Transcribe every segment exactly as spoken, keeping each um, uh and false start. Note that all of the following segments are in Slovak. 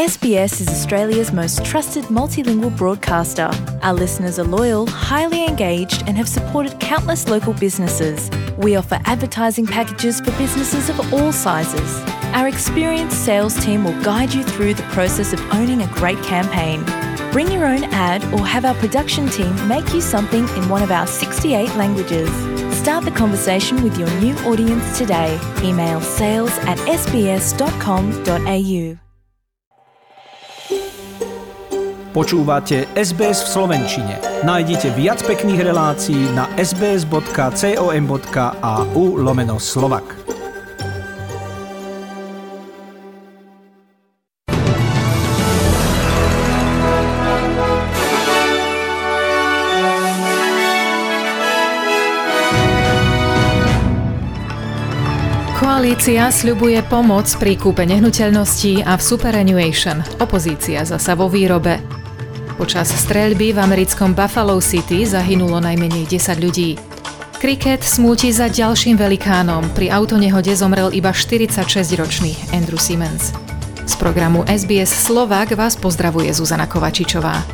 S B S is Australia's most trusted multilingual broadcaster. Our listeners are loyal, highly engaged, and have supported countless local businesses. We offer advertising packages for businesses of all sizes. Our experienced sales team will guide you through the process of owning a great campaign. Bring your own ad or have our production team make you something in one of our sixty-eight languages. Start the conversation with your new audience today. Email sales at s b s dot com dot a u. Počúvate es bé es v slovenčine. Nájdite viac pekných relácií na sbs bodka com bodka a u lomeno Slovak. Koalícia sľubuje pomoc pri kúpe nehnuteľností a v superannuation. Opozícia zasa vo výrobe. Počas streľby v americkom Buffalo City zahynulo najmenej desať ľudí. Kriket smúti za ďalším velikánom. Pri autonehode zomrel iba štyridsaťšesťročný Andrew Symonds. Z programu es bé es Slovák vás pozdravuje Zuzana Kovačičová.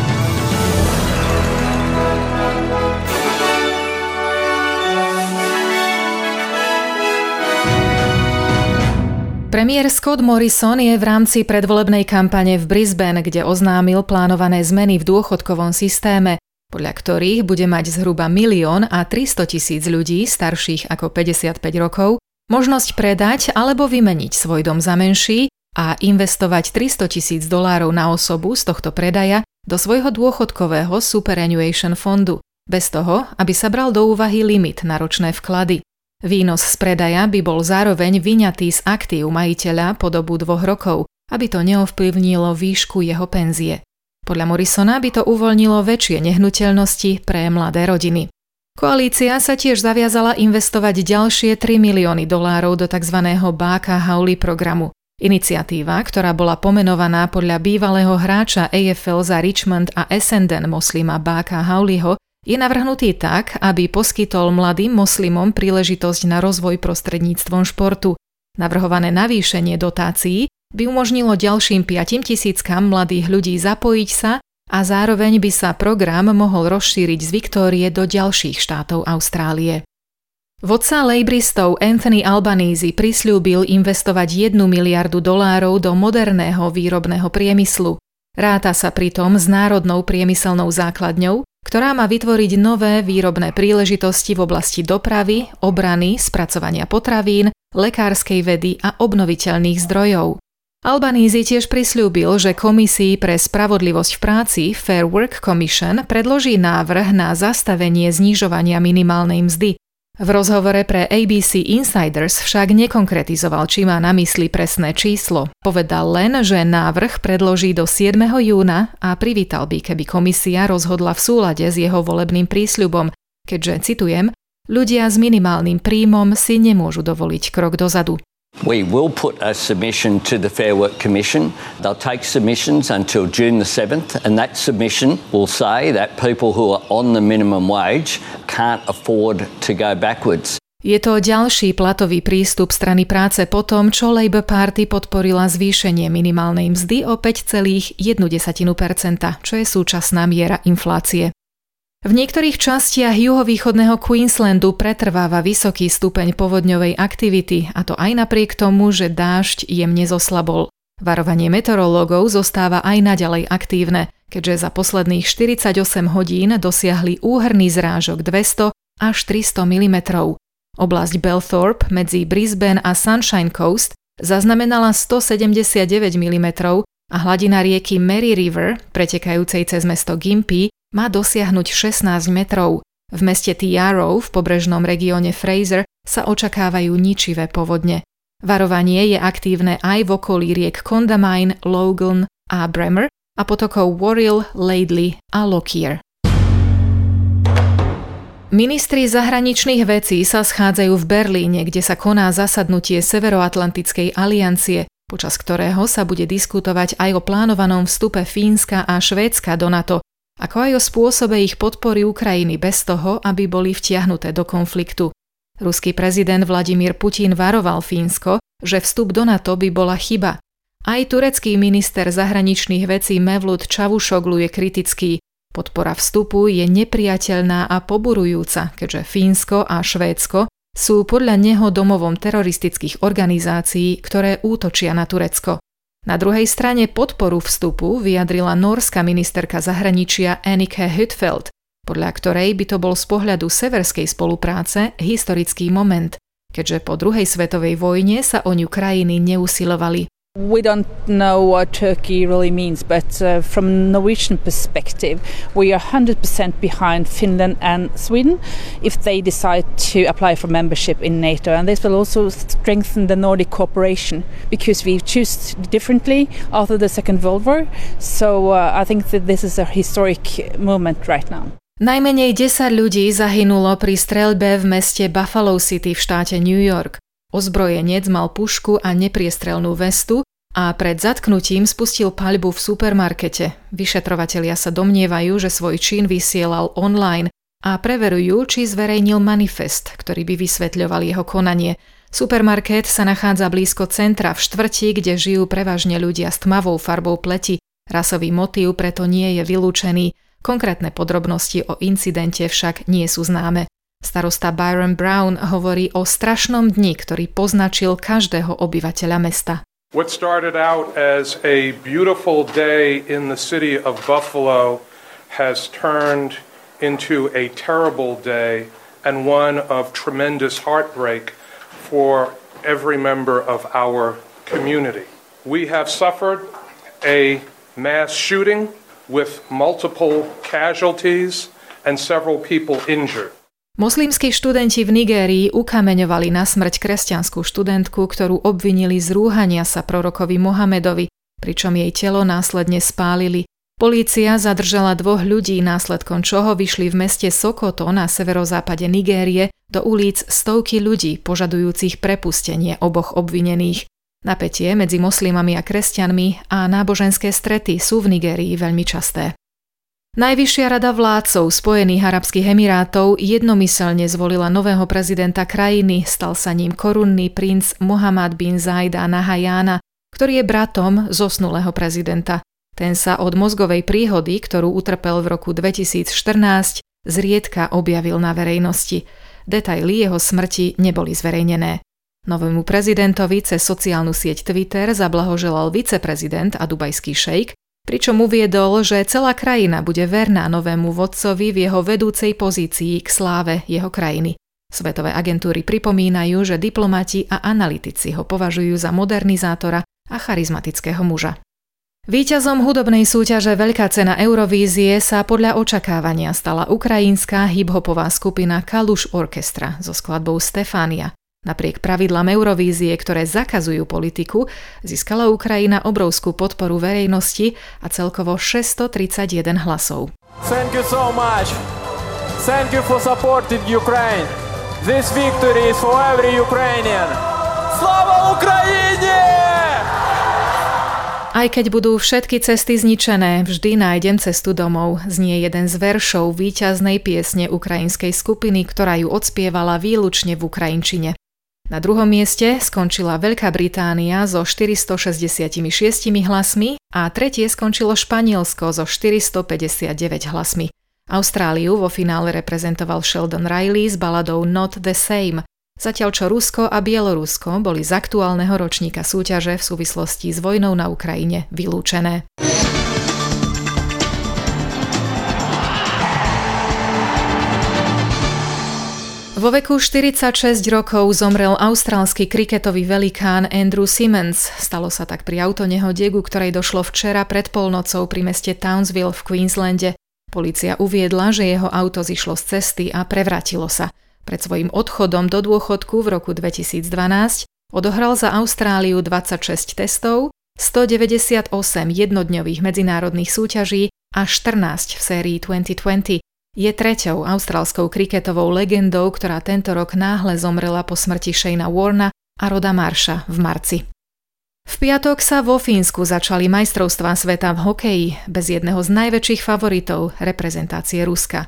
Premiér Scott Morrison je v rámci predvolebnej kampane v Brisbane, kde oznámil plánované zmeny v dôchodkovom systéme, podľa ktorých bude mať zhruba milión a tristotisíc ľudí starších ako päťdesiatpäť rokov možnosť predať alebo vymeniť svoj dom za menší a investovať tristotisíc dolárov na osobu z tohto predaja do svojho dôchodkového superannuation fondu, bez toho, aby sa bral do úvahy limit na ročné vklady. Výnos z predaja by bol zároveň vyňatý z aktív majiteľa po dobu dvoch rokov, aby to neovplyvnilo výšku jeho penzie. Podľa Morrisona by to uvoľnilo väčšie nehnuteľnosti pre mladé rodiny. Koalícia sa tiež zaviazala investovať ďalšie tri milióny dolárov do tzv. Baaka Howley programu. Iniciatíva, ktorá bola pomenovaná podľa bývalého hráča á ef el za Richmond a Essendon moslima Baaka Howleyho, je navrhnutý tak, aby poskytol mladým moslimom príležitosť na rozvoj prostredníctvom športu. Navrhované navýšenie dotácií by umožnilo ďalším päť tisíckam mladých ľudí zapojiť sa a zároveň by sa program mohol rozšíriť z Viktórie do ďalších štátov Austrálie. Vodca lejbristov Anthony Albanese prisľúbil investovať jednu miliardu dolárov do moderného výrobného priemyslu. Ráta sa pritom s národnou priemyselnou základňou, ktorá má vytvoriť nové výrobné príležitosti v oblasti dopravy, obrany, spracovania potravín, lekárskej vedy a obnoviteľných zdrojov. Albanese tiež prisľúbil, že Komisii pre spravodlivosť v práci Fair Work Commission predloží návrh na zastavenie znižovania minimálnej mzdy. V rozhovore pre á bé cé Insiders však nekonkretizoval, či má na mysli presné číslo. Povedal len, že návrh predloží do siedmeho júna a privítal by, keby komisia rozhodla v súlade s jeho volebným prísľubom, keďže, citujem, ľudia s minimálnym príjmom si nemôžu dovoliť krok dozadu. We will put a submission to the Fair Work Commission. They'll take submissions until June the seventh, and that submission will say that people who are on the minimum wage can't afford to go backwards. Je to ďalší platový prístup strany práce po tom, čo Labour Party podporila zvýšenie minimálnej mzdy o päť celá jedna percenta, čo je súčasná miera inflácie. V niektorých častiach juhovýchodného Queenslandu pretrváva vysoký stupeň povodňovej aktivity, a to aj napriek tomu, že dážď jemne zoslabol. Varovanie meteorológov zostáva aj naďalej aktívne, keďže za posledných štyridsaťosem hodín dosiahli úhrný zrážok dvesto až tristo milimetrov. Oblasť Belthorpe medzi Brisbane a Sunshine Coast zaznamenala stosedemdesiatdeväť milimetrov a hladina rieky Mary River, pretekajúcej cez mesto Gympie, má dosiahnuť šestnásť metrov. V meste Tiarrow v pobrežnom regióne Fraser sa očakávajú ničivé povodne. Varovanie je aktívne aj v okolí riek Condamine, Logan a Bremer a potokov Warrill, Laidley a Lockyer. Ministri zahraničných vecí sa schádzajú v Berlíne, kde sa koná zasadnutie Severoatlantickej aliancie, počas ktorého sa bude diskutovať aj o plánovanom vstupe Fínska a Švédska do NATO, ako aj o spôsobe ich podpory Ukrajiny bez toho, aby boli vtiahnuté do konfliktu. Ruský prezident Vladimír Putin varoval Fínsko, že vstup do NATO by bola chyba. Aj turecký minister zahraničných vecí Mevlut Čavušoglu je kritický. Podpora vstupu je nepriateľná a poburujúca, keďže Fínsko a Švédsko sú podľa neho domovom teroristických organizácií, ktoré útočia na Turecko. Na druhej strane podporu vstupu vyjadrila nórska ministerka zahraničia Annika Huitfeldt, podľa ktorej by to bol z pohľadu severskej spolupráce historický moment, keďže po druhej svetovej vojne sa o ňu krajiny neusilovali. We don't know what Turkey really means, but uh, from Norwegian perspective, we are one hundred percent behind Finland and Sweden if they decide to apply for membership in NATO. And this will also strengthen the Nordic cooperation because we choose differently after the Second World War. So uh, I think that this is a historic moment right now. Najmenej desať ľudí zahynulo pri streľbe v meste Buffalo City v štáte New York. Ozbrojenec mal pušku a nepriestrelnú vestu a pred zatknutím spustil paľbu v supermarkete. Vyšetrovatelia sa domnievajú, že svoj čin vysielal online a preverujú, či zverejnil manifest, ktorý by vysvetľoval jeho konanie. Supermarket sa nachádza blízko centra v štvrti, kde žijú prevažne ľudia s tmavou farbou pleti. Rasový motív preto nie je vylúčený. Konkrétne podrobnosti o incidente však nie sú známe. Starosta Byron Brown hovorí o strašnom dni, ktorý poznačil každého obyvateľa mesta. What started out as a beautiful day in the city of Buffalo has turned into a terrible day and one of tremendous heartbreak for every member of our community. We have suffered a mass shooting with multiple casualties and several people injured. Moslimskí študenti v Nigérii ukameňovali na smrť kresťanskú študentku, ktorú obvinili z rúhania sa prorokovi Mohamedovi, pričom jej telo následne spálili. Polícia zadržala dvoch ľudí, následkom čoho vyšli v meste Sokoto na severozápade Nigérie do ulic stovky ľudí, požadujúcich prepustenie oboch obvinených. Napätie medzi moslimami a kresťanmi a náboženské strety sú v Nigérii veľmi časté. Najvyššia rada vládcov Spojených arabských emirátov jednomyselne zvolila nového prezidenta krajiny, stal sa ním korunný princ Mohammed bin Zayed Al Nahyan, ktorý je bratom zosnulého prezidenta. Ten sa od mozgovej príhody, ktorú utrpel v roku dvetisícštrnásť, zriedka objavil na verejnosti. Detaily jeho smrti neboli zverejnené. Novému prezidentovi cez sociálnu sieť Twitter zablahoželal viceprezident a dubajský šejk, pričom uviedol, že celá krajina bude verná novému vodcovi v jeho vedúcej pozícii k sláve jeho krajiny. Svetové agentúry pripomínajú, že diplomati a analytici ho považujú za modernizátora a charizmatického muža. Víťazom hudobnej súťaže Veľká cena Eurovízie sa podľa očakávania stala ukrajinská hip-hopová skupina Kalush Orchestra so skladbou Stefania. Napriek pravidlám Eurovízie, ktoré zakazujú politiku, získala Ukrajina obrovskú podporu verejnosti a celkovo šesťstotridsaťjeden hlasov. Thank you so much. Thank you for supporting Ukraine. This victory is for every Ukrainian. Slava Ukrajine! Aj keď budú všetky cesty zničené, vždy nájdem cestu domov, znie jeden z veršov víťaznej piesne ukrajinskej skupiny, ktorá ju odspievala výlučne v ukrajinčine. Na druhom mieste skončila Veľká Británia so štyristošesťdesiatšesť hlasmi a tretie skončilo Španielsko so štyristopäťdesiatdeväť hlasmi. Austráliu vo finále reprezentoval Sheldon Riley s baladou Not the Same, zatiaľ čo Rusko a Bielorusko boli z aktuálneho ročníka súťaže v súvislosti s vojnou na Ukrajine vylúčené. Vo veku štyridsaťšesť rokov zomrel austrálsky kriketový velikán Andrew Symonds. Stalo sa tak pri autonehode, ku ktorej došlo včera pred polnocou pri meste Townsville v Queenslande. Polícia uviedla, že jeho auto zišlo z cesty a prevrátilo sa. Pred svojím odchodom do dôchodku v roku dvetisícdvanásť odohral za Austráliu dvadsaťšesť testov, stodeväťdesiatosem jednodňových medzinárodných súťaží a štrnásť v sérii dvetisícdvadsať. Je treťou austrálskou kriketovou legendou, ktorá tento rok náhle zomrela po smrti Shayna Warna a Roda Marsha v marci. V piatok sa vo Fínsku začali majstrovstvá sveta v hokeji bez jedného z najväčších favoritov, reprezentácie Ruska.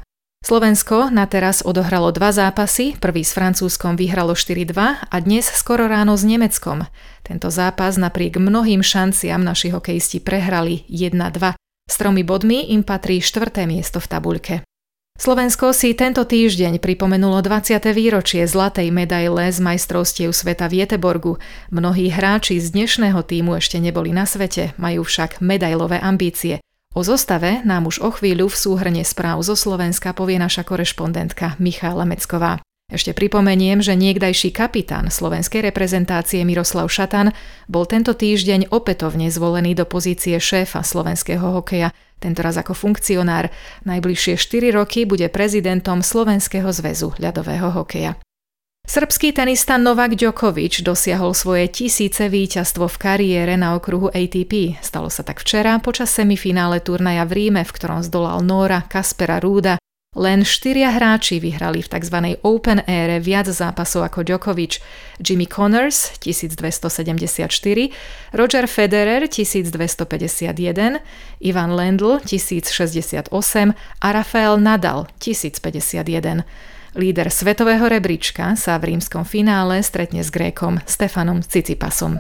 Slovensko na teraz odohralo dva zápasy, prvý s Francúzskom vyhralo štyri dva a dnes skoro ráno s Nemeckom. Tento zápas napriek mnohým šanciam naši hokejisti prehrali jeden dva. S tromi bodmi im patrí štvrté miesto v tabuľke. Slovensko si tento týždeň pripomenulo dvadsiate výročie zlatej medaile z majstrovstiev sveta v Göteborgu. Mnohí hráči z dnešného tímu ešte neboli na svete, majú však medailové ambície. O zostave nám už o chvíľu v súhrne správ zo Slovenska povie naša korešpondentka Michála Mecková. Ešte pripomeniem, že niekdajší kapitán slovenskej reprezentácie Miroslav Šatan bol tento týždeň opätovne zvolený do pozície šéfa slovenského hokeja, tentoraz ako funkcionár. Najbližšie štyri roky bude prezidentom Slovenského zväzu ľadového hokeja. Srbský tenista Novak Djokovic dosiahol svoje tisíce víťazstvo v kariére na okruhu á té pé. Stalo sa tak včera počas semifinále turnaja v Ríme, v ktorom zdolal Nóra Kaspera Rúda. Len štyria hráči vyhrali v tzv. Open ére viac zápasov ako Djokovic. Jimmy Connors tisícdvestosedemdesiatštyri, Roger Federer tisícdvestopäťdesiatjeden, Ivan Lendl tisícšesťdesiatosem a Rafael Nadal tisícpäťdesiatjeden. Líder svetového rebríčka sa v rímskom finále stretne s Grékom Stefanom Tsitsipasom.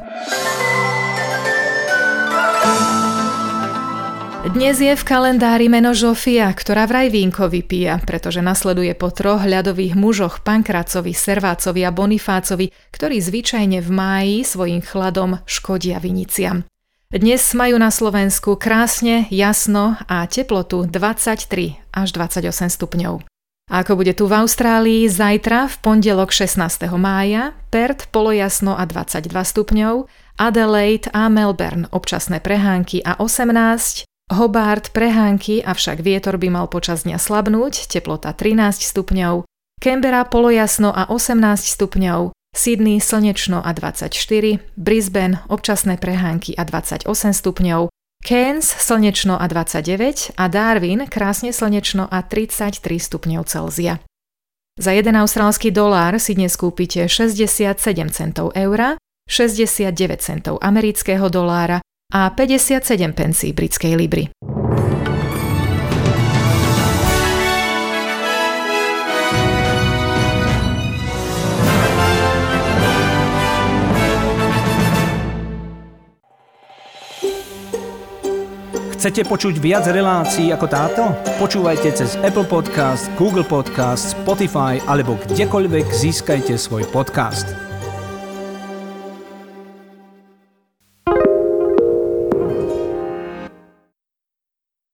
Dnes je v kalendári meno Žofia, ktorá vraj vínko vypíja, pretože nasleduje po troch ľadových mužoch Pankrácovi, Servácovi a Bonifácovi, ktorí zvyčajne v máji svojím chladom škodia viniciam. Dnes majú na Slovensku krásne, jasno a teplotu dvadsaťtri až dvadsaťosem stupňov. A ako bude tu v Austrálii zajtra v pondelok šestnásteho mája, Perth polojasno a dvadsaťdva stupňov, Adelaide a Melbourne občasné prehánky a osemnásť, Hobart prehánky, avšak vietor by mal počas dňa slabnúť, teplota trinásť stupňov, Canberra polojasno a osemnásť stupňov, Sydney slnečno a dvadsaťštyri, Brisbane občasné prehánky a dvadsaťosem stupňov, Cairns slnečno a dvadsaťdeväť a Darwin krásne slnečno a tridsaťtri stupňov Celzia. Za jeden austrálsky dolár si dnes kúpite šesťdesiatsedem centov eura, šesťdesiatdeväť centov amerického dolára a päťdesiatsedem pencí britskej libry. Chcete počuť viac relácií ako táto? Počúvajte cez Apple Podcast, Google Podcast, Spotify alebo kdekoľvek získajte svoj podcast.